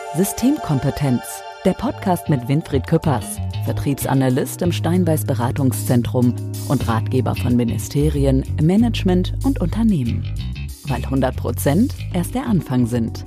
Systemkompetenz, der Podcast mit Winfried Küppers, Vertriebsanalyst im Steinbeiß Beratungszentrum und Ratgeber von Ministerien, Management und Unternehmen. Weil 100% erst der Anfang sind.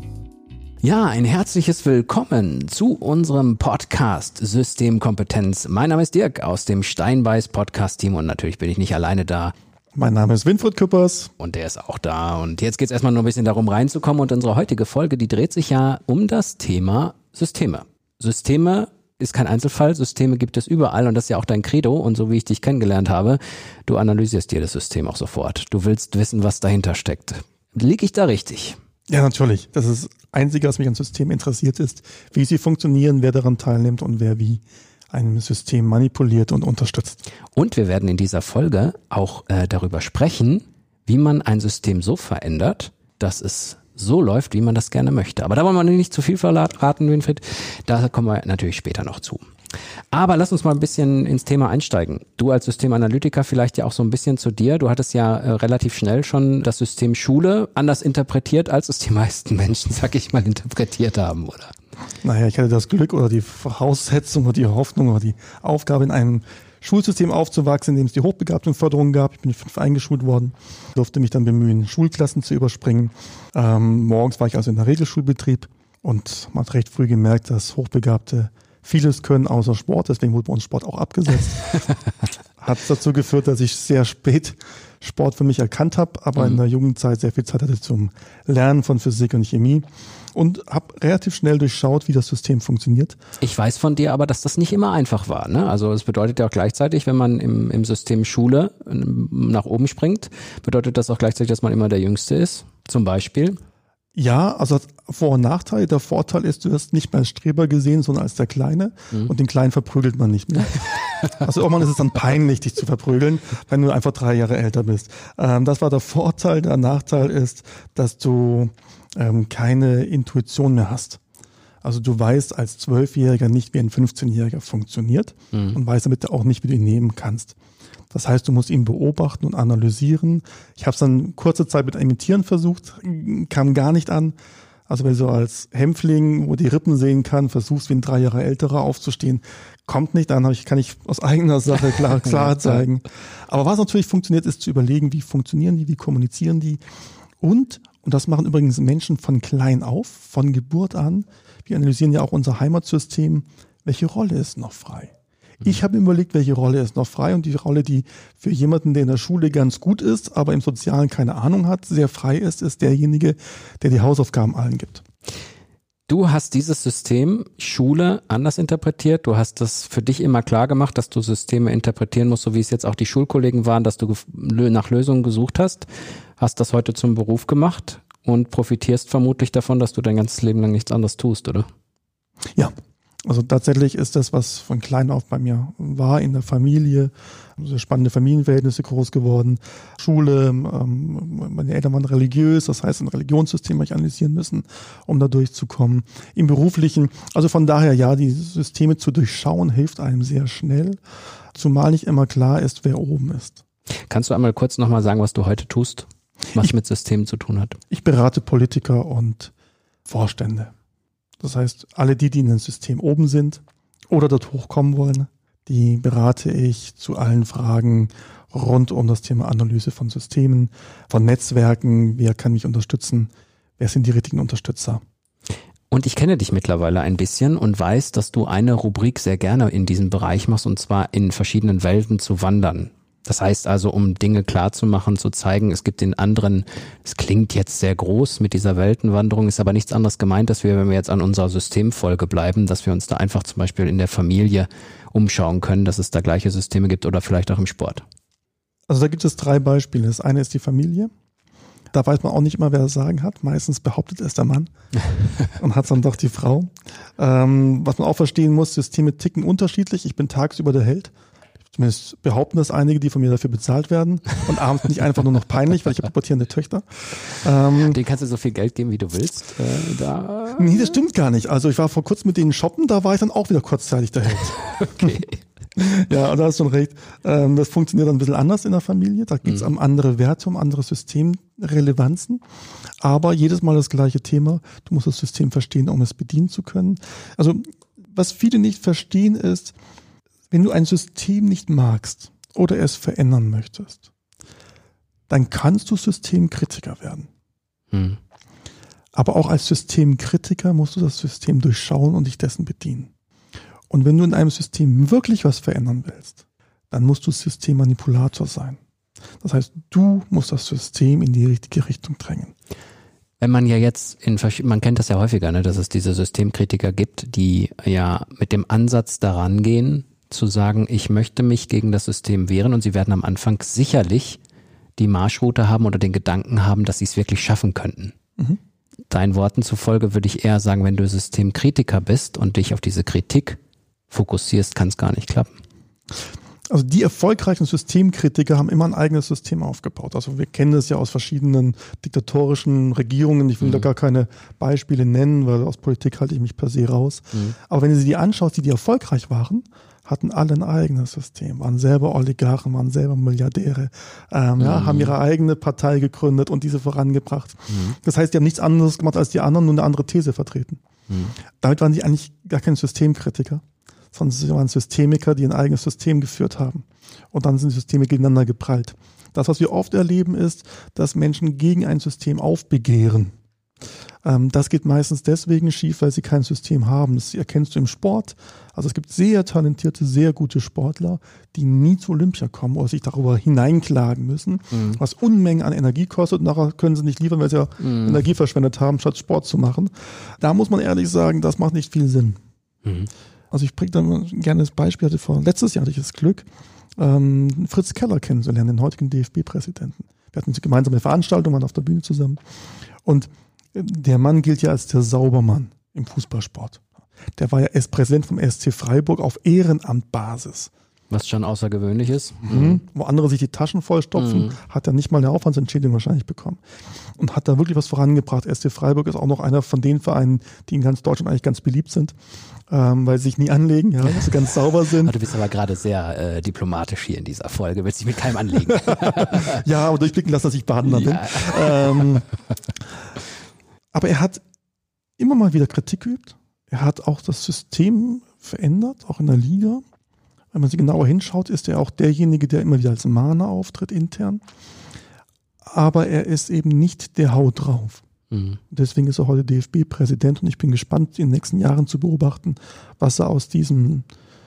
Ja, ein herzliches Willkommen zu unserem Podcast Systemkompetenz. Mein Name ist Dirk aus dem Steinbeiß Podcast-Team und natürlich bin ich nicht alleine da. Mein Name ist Winfried Küppers. Und der ist auch da. Und jetzt geht es erstmal nur ein bisschen darum reinzukommen. Und unsere heutige Folge, die dreht sich ja um das Thema Systeme. Systeme ist kein Einzelfall. Systeme gibt es überall. Und das ist ja auch dein Credo. Und so wie ich dich kennengelernt habe, du analysierst dir das System auch sofort. Du willst wissen, was dahinter steckt. Liege ich da richtig? Ja, natürlich. Das ist das Einzige, was mich an Systemen interessiert ist, wie sie funktionieren, wer daran teilnimmt und wer wie ein System manipuliert und unterstützt. Und wir werden in dieser Folge auch darüber sprechen, wie man ein System so verändert, dass es so läuft, wie man das gerne möchte. Aber da wollen wir nicht zu viel verraten, Winfried. Da kommen wir natürlich später noch zu. Aber lass uns mal ein bisschen ins Thema einsteigen. Du als Systemanalytiker vielleicht ja auch so ein bisschen zu dir. Du hattest ja relativ schnell schon das System Schule anders interpretiert, als es die meisten Menschen, sag ich mal, interpretiert haben, oder? Naja, ich hatte das Glück oder die Voraussetzung oder die Hoffnung oder die Aufgabe, in einem Schulsystem aufzuwachsen, in dem es die Hochbegabtenförderung gab. Ich bin 5 eingeschult worden, durfte mich dann bemühen, Schulklassen zu überspringen. Morgens war ich also in der Regelschulbetrieb und man hat recht früh gemerkt, dass Hochbegabte vieles können außer Sport, deswegen wurde bei uns Sport auch abgesetzt. Hat dazu geführt, dass ich sehr spät Sport für mich erkannt habe, aber in der Jugendzeit sehr viel Zeit hatte zum Lernen von Physik und Chemie und habe relativ schnell durchschaut, wie das System funktioniert. Ich weiß von dir aber, dass das nicht immer einfach war, ne? Also es bedeutet ja auch gleichzeitig, wenn man im System Schule nach oben springt, bedeutet das auch gleichzeitig, dass man immer der Jüngste ist, zum Beispiel. Ja, also Vor- und Nachteil. Der Vorteil ist, du wirst nicht mehr als Streber gesehen, sondern als der Kleine. Und den Kleinen verprügelt man nicht mehr. Also irgendwann ist es dann peinlich, dich zu verprügeln, wenn du einfach 3 Jahre älter bist. Das war der Vorteil. Der Nachteil ist, dass du keine Intuition mehr hast. Also du weißt als 12-Jähriger nicht, wie ein 15-Jähriger funktioniert und weißt damit auch nicht, wie du ihn nehmen kannst. Das heißt, du musst ihn beobachten und analysieren. Ich habe es dann kurze Zeit mit Imitieren versucht, kam gar nicht an. Also wenn du so als Hämpfling, wo die Rippen sehen kann, versuchst wie ein 3 Jahre älterer aufzustehen, kommt nicht an, kann ich aus eigener Sache klar zeigen. Aber was natürlich funktioniert, ist zu überlegen, wie funktionieren die, wie kommunizieren die und das machen übrigens Menschen von klein auf, von Geburt an. Wir analysieren ja auch unser Heimatsystem. Welche Rolle ist noch frei? Ich habe mir überlegt, welche Rolle ist noch frei und die Rolle, die für jemanden, der in der Schule ganz gut ist, aber im Sozialen keine Ahnung hat, sehr frei ist derjenige, der die Hausaufgaben allen gibt. Du hast dieses System Schule anders interpretiert. Du hast das für dich immer klar gemacht, dass du Systeme interpretieren musst, so wie es jetzt auch die Schulkollegen waren, dass du nach Lösungen gesucht hast. Hast das heute zum Beruf gemacht und profitierst vermutlich davon, dass du dein ganzes Leben lang nichts anderes tust, oder? Ja. Also tatsächlich ist das, was von klein auf bei mir war, in der Familie, also spannende Familienverhältnisse groß geworden, Schule, meine Eltern waren religiös, das heißt ein Religionssystem habe ich analysieren müssen, um da durchzukommen. Im Beruflichen, also von daher ja, die Systeme zu durchschauen hilft einem sehr schnell, zumal nicht immer klar ist, wer oben ist. Kannst du einmal kurz nochmal sagen, was du heute tust, was mit Systemen zu tun hat? Ich berate Politiker und Vorstände. Das heißt, alle die in einem System oben sind oder dort hochkommen wollen, die berate ich zu allen Fragen rund um das Thema Analyse von Systemen, von Netzwerken, wer kann mich unterstützen, wer sind die richtigen Unterstützer. Und ich kenne dich mittlerweile ein bisschen und weiß, dass du eine Rubrik sehr gerne in diesem Bereich machst, und zwar in verschiedenen Welten zu wandern. Das heißt also, um Dinge klarzumachen, zu zeigen, es gibt den anderen, es klingt jetzt sehr groß mit dieser Weltenwanderung, ist aber nichts anderes gemeint, dass wir, wenn wir jetzt an unserer Systemfolge bleiben, dass wir uns da einfach zum Beispiel in der Familie umschauen können, dass es da gleiche Systeme gibt oder vielleicht auch im Sport. Also da gibt es 3 Beispiele. Das eine ist die Familie. Da weiß man auch nicht immer, wer das Sagen hat. Meistens behauptet es der Mann und hat dann doch die Frau. Was man auch verstehen muss, Systeme ticken unterschiedlich. Ich bin tagsüber der Held. Zumindest behaupten das einige, die von mir dafür bezahlt werden. Und abends nicht einfach nur noch peinlich, weil ich habe pubertierende Töchter. Denen kannst du so viel Geld geben, wie du willst. Nee, das stimmt gar nicht. Also ich war vor kurzem mit denen shoppen, da war ich dann auch wieder kurzzeitig der Held. Okay. Ja, da hast du schon recht. Das funktioniert ein bisschen anders in der Familie. Da geht es um andere Werte, um andere Systemrelevanzen. Aber jedes Mal das gleiche Thema. Du musst das System verstehen, um es bedienen zu können. Also was viele nicht verstehen ist, wenn du ein System nicht magst oder es verändern möchtest, dann kannst du Systemkritiker werden. Aber auch als Systemkritiker musst du das System durchschauen und dich dessen bedienen. Und wenn du in einem System wirklich was verändern willst, dann musst du Systemmanipulator sein. Das heißt, du musst das System in die richtige Richtung drängen. Wenn man ja jetzt man kennt das ja häufiger, ne, dass es diese Systemkritiker gibt, die ja mit dem Ansatz daran gehen, zu sagen, ich möchte mich gegen das System wehren, und sie werden am Anfang sicherlich die Marschroute haben oder den Gedanken haben, dass sie es wirklich schaffen könnten. Deinen Worten zufolge würde ich eher sagen, wenn du Systemkritiker bist und dich auf diese Kritik fokussierst, kann es gar nicht klappen. Also die erfolgreichen Systemkritiker haben immer ein eigenes System aufgebaut. Also wir kennen das ja aus verschiedenen diktatorischen Regierungen. Ich will da gar keine Beispiele nennen, weil aus Politik halte ich mich per se raus. Aber wenn du sie dir anschaust, die erfolgreich waren, hatten alle ein eigenes System, waren selber Oligarchen, waren selber Milliardäre, haben ihre eigene Partei gegründet und diese vorangebracht. Das heißt, die haben nichts anderes gemacht als die anderen, nur eine andere These vertreten. Damit waren sie eigentlich gar keine Systemkritiker, sondern sie waren Systemiker, die ein eigenes System geführt haben. Und dann sind die Systeme gegeneinander geprallt. Das, was wir oft erleben, ist, dass Menschen gegen ein System aufbegehren. Das geht meistens deswegen schief, weil sie kein System haben. Das erkennst du im Sport. Also es gibt sehr talentierte, sehr gute Sportler, die nie zu Olympia kommen oder sich darüber hineinklagen müssen, was Unmengen an Energie kostet. Und nachher können sie nicht liefern, weil sie ja Energie verschwendet haben, statt Sport zu machen. Da muss man ehrlich sagen, das macht nicht viel Sinn. Also ich bringe da gerne das Beispiel. Letztes Jahr hatte ich das Glück, Fritz Keller kennenzulernen, den heutigen DFB-Präsidenten. Wir hatten gemeinsam eine Veranstaltung, waren auf der Bühne zusammen. Und der Mann gilt ja als der Saubermann im Fußballsport. Der war ja erst Präsident vom SC Freiburg auf Ehrenamtbasis. Was schon außergewöhnlich ist. Wo andere sich die Taschen vollstopfen, hat er nicht mal eine Aufwandsentschädigung wahrscheinlich bekommen. Und hat da wirklich was vorangebracht. SC Freiburg ist auch noch einer von den Vereinen, die in ganz Deutschland eigentlich ganz beliebt sind, weil sie sich nie anlegen, ja, weil sie ganz sauber sind. Du bist aber gerade sehr diplomatisch hier in dieser Folge, willst dich mit keinem anlegen. Ja, aber durchblicken lassen, dass ich Badener bin. Aber er hat immer mal wieder Kritik geübt. Er hat auch das System verändert, auch in der Liga. Wenn man sich genauer hinschaut, ist er auch derjenige, der immer wieder als Mahner auftritt intern. Aber er ist eben nicht der Hau drauf. Deswegen ist er heute DFB-Präsident und ich bin gespannt, in den nächsten Jahren zu beobachten, was er aus diesem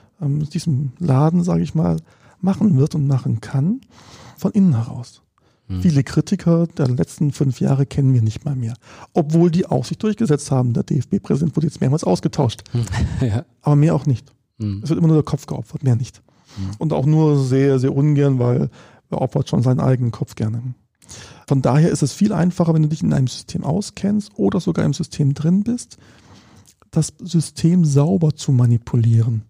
Laden, sage ich mal, machen wird und machen kann, von innen heraus. Viele Kritiker der letzten 5 Jahre kennen wir nicht mal mehr. Obwohl die auch sich durchgesetzt haben. Der DFB-Präsident wurde jetzt mehrmals ausgetauscht. Ja. Aber mehr auch nicht. Es wird immer nur der Kopf geopfert, mehr nicht. Und auch nur sehr, sehr ungern, weil er opfert schon seinen eigenen Kopf gerne. Von daher ist es viel einfacher, wenn du dich in einem System auskennst oder sogar im System drin bist, das System sauber zu manipulieren.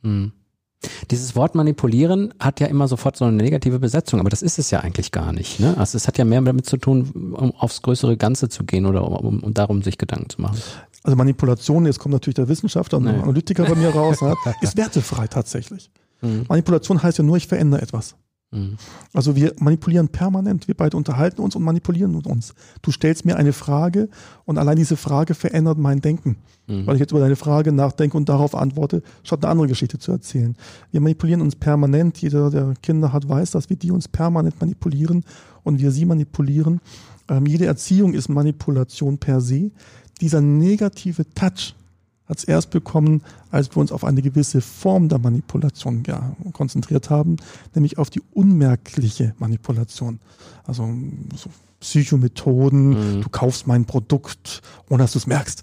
Dieses Wort manipulieren hat ja immer sofort so eine negative Besetzung, aber das ist es ja eigentlich gar nicht. Ne? Also es hat ja mehr damit zu tun, um aufs größere Ganze zu gehen oder um darum sich Gedanken zu machen. Also Manipulation, jetzt kommt natürlich der Wissenschaftler und der Analytiker bei mir raus, ist wertefrei tatsächlich. Manipulation heißt ja nur, ich verändere etwas. Also wir manipulieren permanent, wir beide unterhalten uns und manipulieren uns. Du stellst mir eine Frage und allein diese Frage verändert mein Denken. Weil ich jetzt über deine Frage nachdenke und darauf antworte, statt eine andere Geschichte zu erzählen. Wir manipulieren uns permanent. Jeder, der Kinder hat, weiß, dass wir die uns permanent manipulieren und wir sie manipulieren. Jede Erziehung ist Manipulation per se. Dieser negative Touch hat es erst bekommen, als wir uns auf eine gewisse Form der Manipulation konzentriert haben, nämlich auf die unmerkliche Manipulation. Also so Psychomethoden, du kaufst mein Produkt, ohne dass du es merkst.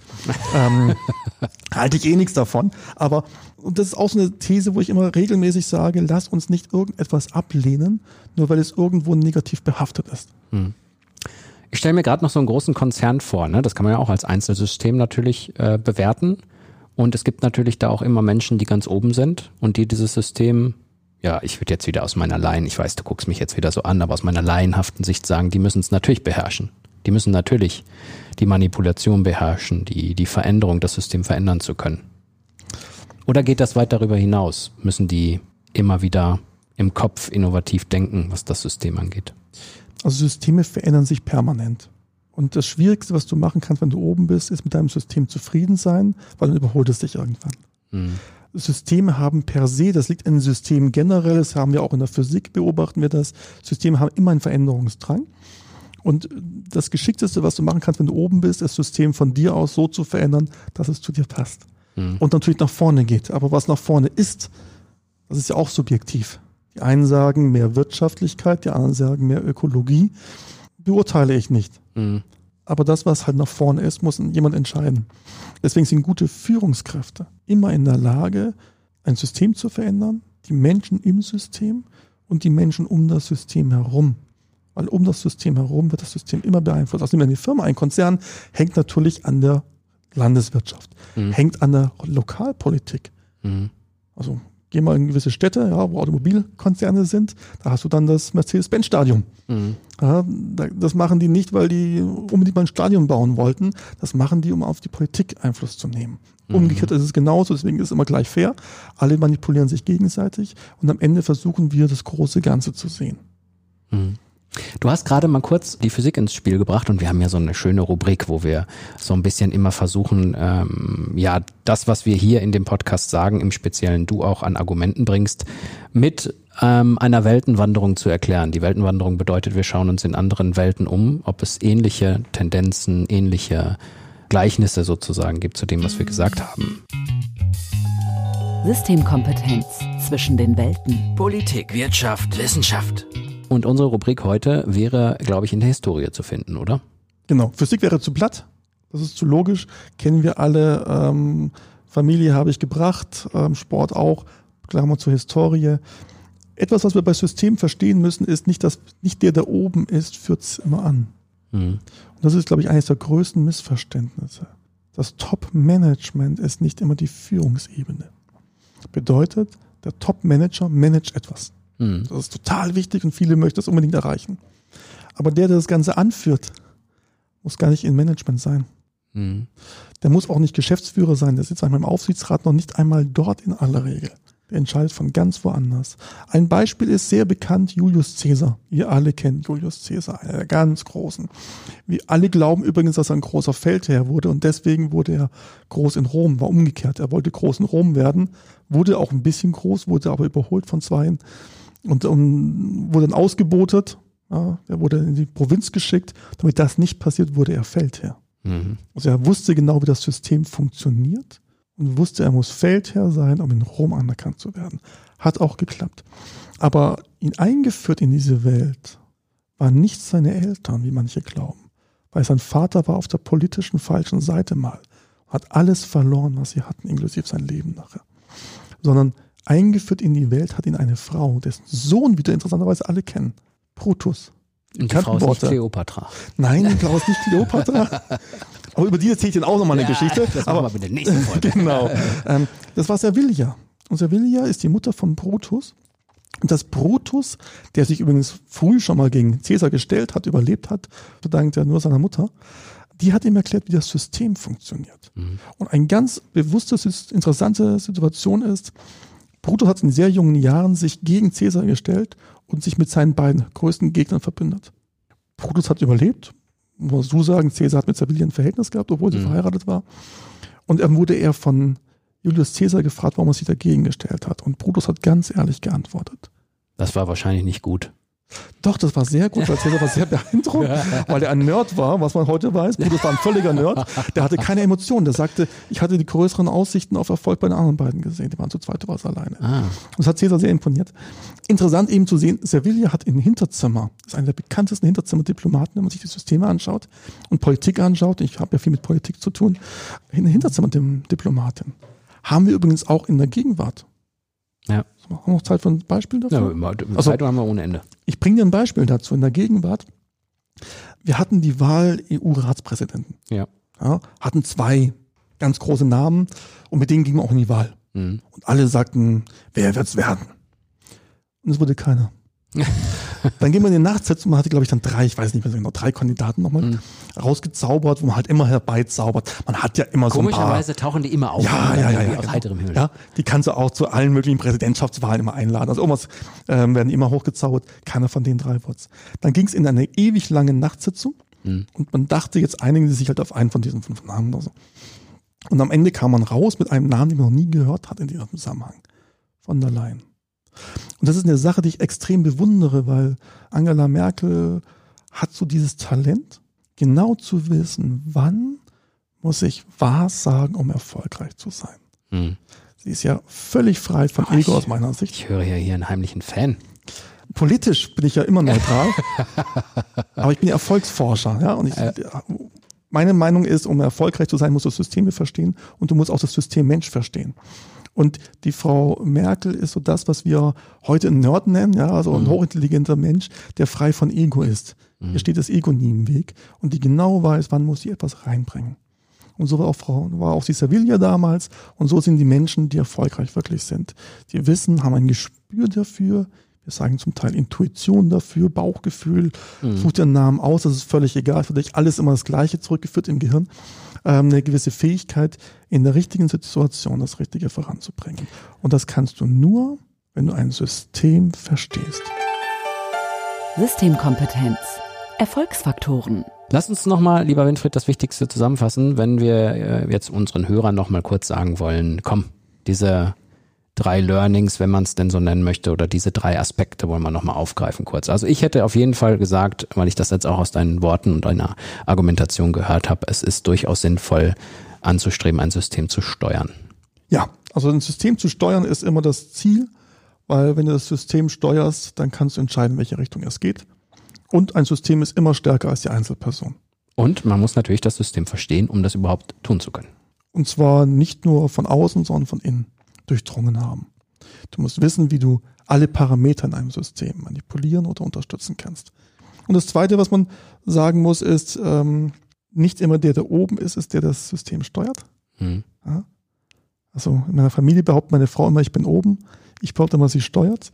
Halte ich nichts davon. Aber und das ist auch so eine These, wo ich immer regelmäßig sage, lass uns nicht irgendetwas ablehnen, nur weil es irgendwo negativ behaftet ist. Ich stelle mir gerade noch so einen großen Konzern vor, ne? Das kann man ja auch als Einzelsystem natürlich bewerten. Und es gibt natürlich da auch immer Menschen, die ganz oben sind und die dieses System, ja, ich würde jetzt wieder aus meiner Laien, ich weiß, du guckst mich jetzt wieder so an, aber aus meiner laienhaften Sicht sagen, die müssen es natürlich beherrschen. Die müssen natürlich die Manipulation beherrschen, die Veränderung, das System verändern zu können. Oder geht das weit darüber hinaus? Müssen die immer wieder im Kopf innovativ denken, was das System angeht? Also Systeme verändern sich permanent. Und das Schwierigste, was du machen kannst, wenn du oben bist, ist mit deinem System zufrieden sein, weil dann überholt es dich irgendwann. Systeme haben per se, das liegt in den Systemen generell, das haben wir auch in der Physik, beobachten wir das, Systeme haben immer einen Veränderungsdrang. Und das Geschickteste, was du machen kannst, wenn du oben bist, ist das System von dir aus so zu verändern, dass es zu dir passt. Und natürlich nach vorne geht. Aber was nach vorne ist, das ist ja auch subjektiv. Die einen sagen mehr Wirtschaftlichkeit, die anderen sagen mehr Ökologie. Beurteile ich nicht. Aber das, was halt nach vorne ist, muss jemand entscheiden. Deswegen sind gute Führungskräfte immer in der Lage, ein System zu verändern, die Menschen im System und die Menschen um das System herum. Weil um das System herum wird das System immer beeinflusst. Also eine Firma, ein Konzern hängt natürlich an der Landeswirtschaft, hängt an der Lokalpolitik. Also geh mal in gewisse Städte, ja, wo Automobilkonzerne sind, da hast du dann das Mercedes-Benz-Stadion. Ja, das machen die nicht, weil die unbedingt mal ein Stadion bauen wollten. Das machen die, um auf die Politik Einfluss zu nehmen. Umgekehrt ist es genauso, deswegen ist es immer gleich fair. Alle manipulieren sich gegenseitig und am Ende versuchen wir, das große Ganze zu sehen. Du hast gerade mal kurz die Physik ins Spiel gebracht und wir haben ja so eine schöne Rubrik, wo wir so ein bisschen immer versuchen, das, was wir hier in dem Podcast sagen, im Speziellen du auch an Argumenten bringst, mit einer Weltenwanderung zu erklären. Die Weltenwanderung bedeutet, wir schauen uns in anderen Welten um, ob es ähnliche Tendenzen, ähnliche Gleichnisse sozusagen gibt zu dem, was wir gesagt haben. Systemkompetenz zwischen den Welten. Politik, Wirtschaft, Wissenschaft. Und unsere Rubrik heute wäre, glaube ich, in der Historie zu finden, oder? Genau. Physik wäre zu platt. Das ist zu logisch. Kennen wir alle. Familie habe ich gebracht. Sport auch. Klammer zur Historie. Etwas, was wir bei Systemen verstehen müssen, ist nicht, dass nicht der oben ist, führt es immer an. Und das ist, glaube ich, eines der größten Missverständnisse. Das Top-Management ist nicht immer die Führungsebene. Bedeutet, der Top-Manager managt etwas. Das ist total wichtig und viele möchten das unbedingt erreichen. Aber der das Ganze anführt, muss gar nicht im Management sein. Der muss auch nicht Geschäftsführer sein. Der sitzt einmal im Aufsichtsrat, noch nicht einmal dort in aller Regel. Der entscheidet von ganz woanders. Ein Beispiel ist sehr bekannt, Julius Caesar. Ihr alle kennt Julius Caesar, einer der ganz Großen. Wir alle glauben übrigens, dass er ein großer Feldherr wurde und deswegen wurde er groß in Rom, war umgekehrt. Er wollte groß in Rom werden, wurde auch ein bisschen groß, wurde aber überholt von zweien. Und wurde dann ausgebotet, ja, er wurde in die Provinz geschickt. Damit das nicht passiert, wurde er Feldherr. Also er wusste genau, wie das System funktioniert und wusste, er muss Feldherr sein, um in Rom anerkannt zu werden. Hat auch geklappt. Aber ihn eingeführt in diese Welt waren nicht seine Eltern, wie manche glauben. Weil sein Vater war auf der politischen falschen Seite mal. Hat alles verloren, was sie hatten, inklusive sein Leben nachher. Sondern eingeführt in die Welt hat ihn eine Frau, dessen Sohn wieder interessanterweise alle kennen. Brutus. Und die Frau ist nicht Kleopatra. Nein, die Frau ist nicht Kleopatra. Aber über die erzähle ich dann auch nochmal eine Geschichte. Das machen wir mit der nächsten Folge. Genau. Das war Servilia. Und Servilia ist die Mutter von Brutus. Und das Brutus, der sich übrigens früh schon mal gegen Caesar gestellt hat, überlebt hat, verdankt er nur seiner Mutter, die hat ihm erklärt, wie das System funktioniert. Und eine ganz bewusste, interessante Situation ist, Brutus hat in sehr jungen Jahren sich gegen Caesar gestellt und sich mit seinen beiden größten Gegnern verbündet. Brutus hat überlebt. Muss du sagen, Caesar hat mit Servilia ein Verhältnis gehabt, obwohl sie verheiratet war. Und dann wurde er von Julius Caesar gefragt, warum er sich dagegen gestellt hat. Und Brutus hat ganz ehrlich geantwortet. Das war wahrscheinlich nicht gut. Doch, das war sehr gut, weil Caesar war sehr beeindruckt, weil er ein Nerd war, was man heute weiß. Brutus war ein völliger Nerd. Der hatte keine Emotionen. Der sagte, ich hatte die größeren Aussichten auf Erfolg bei den anderen beiden gesehen. Die waren zu zweit, du warst alleine. Und das hat Caesar sehr imponiert. Interessant eben zu sehen, Servilia hat im Hinterzimmer, ist einer der bekanntesten Hinterzimmerdiplomaten, wenn man sich die Systeme anschaut und Politik anschaut. Ich habe ja viel mit Politik zu tun. Eine Hinterzimmer-Diplomatin. Haben wir übrigens auch in der Gegenwart. Ja. Haben wir noch Zeit für ein Beispiel dafür? Ja, Zeit haben wir ohne Ende. Ich bringe dir ein Beispiel dazu. In der Gegenwart, wir hatten die Wahl EU-Ratspräsidenten. Ja. Hatten 2 ganz große Namen und mit denen gingen wir auch in die Wahl. Und alle sagten, wer wird's werden? Und es wurde keiner. Dann gehen wir in die Nachtsitzung, man hatte, glaube ich, dann 3 Kandidaten nochmal rausgezaubert, wo man halt immer herbeizaubert. Man hat ja immer so ein paar. Komischerweise tauchen die immer auf. Ja, aus heiterem Himmel. Ja, die kannst du auch zu allen möglichen Präsidentschaftswahlen immer einladen. Also irgendwas werden immer hochgezaubert. Keiner von den 3 wird's. Dann ging es in eine ewig lange Nachtsitzung und man dachte, jetzt einigen sie sich halt auf einen von diesen 5 Namen oder so. Und am Ende kam man raus mit einem Namen, den man noch nie gehört hat in diesem Zusammenhang. Von der Leyen. Und das ist eine Sache, die ich extrem bewundere, weil Angela Merkel hat so dieses Talent, genau zu wissen, wann muss ich was sagen, um erfolgreich zu sein. Sie ist ja völlig frei von Ego aus meiner Sicht. Ich höre ja hier einen heimlichen Fan. Politisch bin ich ja immer neutral, aber ich bin ja Erfolgsforscher. Ja? Und meine Meinung ist, um erfolgreich zu sein, musst du Systeme verstehen und du musst auch das System Mensch verstehen. Und die Frau Merkel ist so das, was wir heute einen Nerd nennen, ja, also ein hochintelligenter Mensch, der frei von Ego ist. Ihr steht das Ego nie im Weg und die genau weiß, wann muss sie etwas reinbringen. Und so war auch die Sevilla damals und so sind die Menschen, die erfolgreich wirklich sind. Die wissen, haben ein Gespür dafür, wir sagen zum Teil Intuition dafür, Bauchgefühl, sucht den Namen aus, das ist völlig egal, für dich alles immer das Gleiche zurückgeführt im Gehirn. Eine gewisse Fähigkeit, in der richtigen Situation das Richtige voranzubringen. Und das kannst du nur, wenn du ein System verstehst. Systemkompetenz. Erfolgsfaktoren. Lass uns nochmal, lieber Winfried, das Wichtigste zusammenfassen, wenn wir jetzt unseren Hörern nochmal kurz sagen wollen, komm, diese 3 Learnings, wenn man es denn so nennen möchte, oder diese 3 Aspekte wollen wir nochmal aufgreifen kurz. Also ich hätte auf jeden Fall gesagt, weil ich das jetzt auch aus deinen Worten und deiner Argumentation gehört habe, es ist durchaus sinnvoll anzustreben, ein System zu steuern. Ja, also ein System zu steuern ist immer das Ziel, weil wenn du das System steuerst, dann kannst du entscheiden, in welche Richtung es geht. Und ein System ist immer stärker als die Einzelperson. Und man muss natürlich das System verstehen, um das überhaupt tun zu können. Und zwar nicht nur von außen, sondern von innen durchdrungen haben. Du musst wissen, wie du alle Parameter in einem System manipulieren oder unterstützen kannst. Und das Zweite, was man sagen muss, ist, nicht immer der oben ist der das System steuert. Ja? Also in meiner Familie behauptet meine Frau immer, ich bin oben. Ich behaupte immer, sie steuert.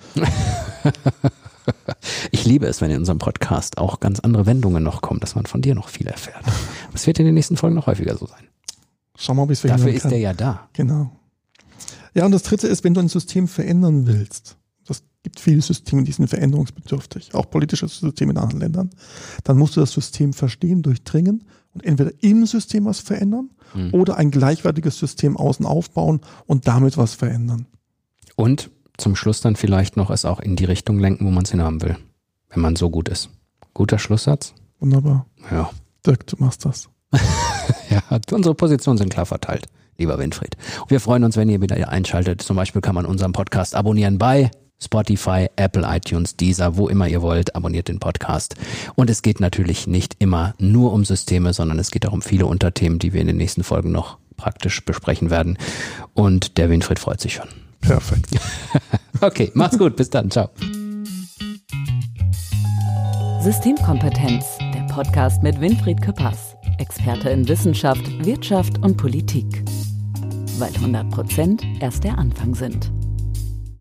Ich liebe es, wenn in unserem Podcast auch ganz andere Wendungen noch kommen, dass man von dir noch viel erfährt. Das wird in den nächsten Folgen noch häufiger so sein. Schau mal, ob ich es verhindern kann. Dafür ist der ja da. Genau. Ja, und das Dritte ist, wenn du ein System verändern willst, das gibt viele Systeme, die sind veränderungsbedürftig, auch politische Systeme in anderen Ländern, dann musst du das System verstehen, durchdringen und entweder im System was verändern oder ein gleichwertiges System außen aufbauen und damit was verändern. Und zum Schluss dann vielleicht noch es auch in die Richtung lenken, wo man es hinhaben will, wenn man so gut ist. Guter Schlusssatz? Wunderbar. Ja. Dirk, du machst das. Ja, unsere Positionen sind klar verteilt, lieber Winfried. Und wir freuen uns, wenn ihr wieder einschaltet. Zum Beispiel kann man unseren Podcast abonnieren bei Spotify, Apple, iTunes, Deezer, wo immer ihr wollt. Abonniert den Podcast. Und es geht natürlich nicht immer nur um Systeme, sondern es geht auch um viele Unterthemen, die wir in den nächsten Folgen noch praktisch besprechen werden. Und der Winfried freut sich schon. Perfekt. Okay, macht's gut. Bis dann. Ciao. Systemkompetenz, der Podcast mit Winfried Küppers, Experte in Wissenschaft, Wirtschaft und Politik. Weil 100% erst der Anfang sind.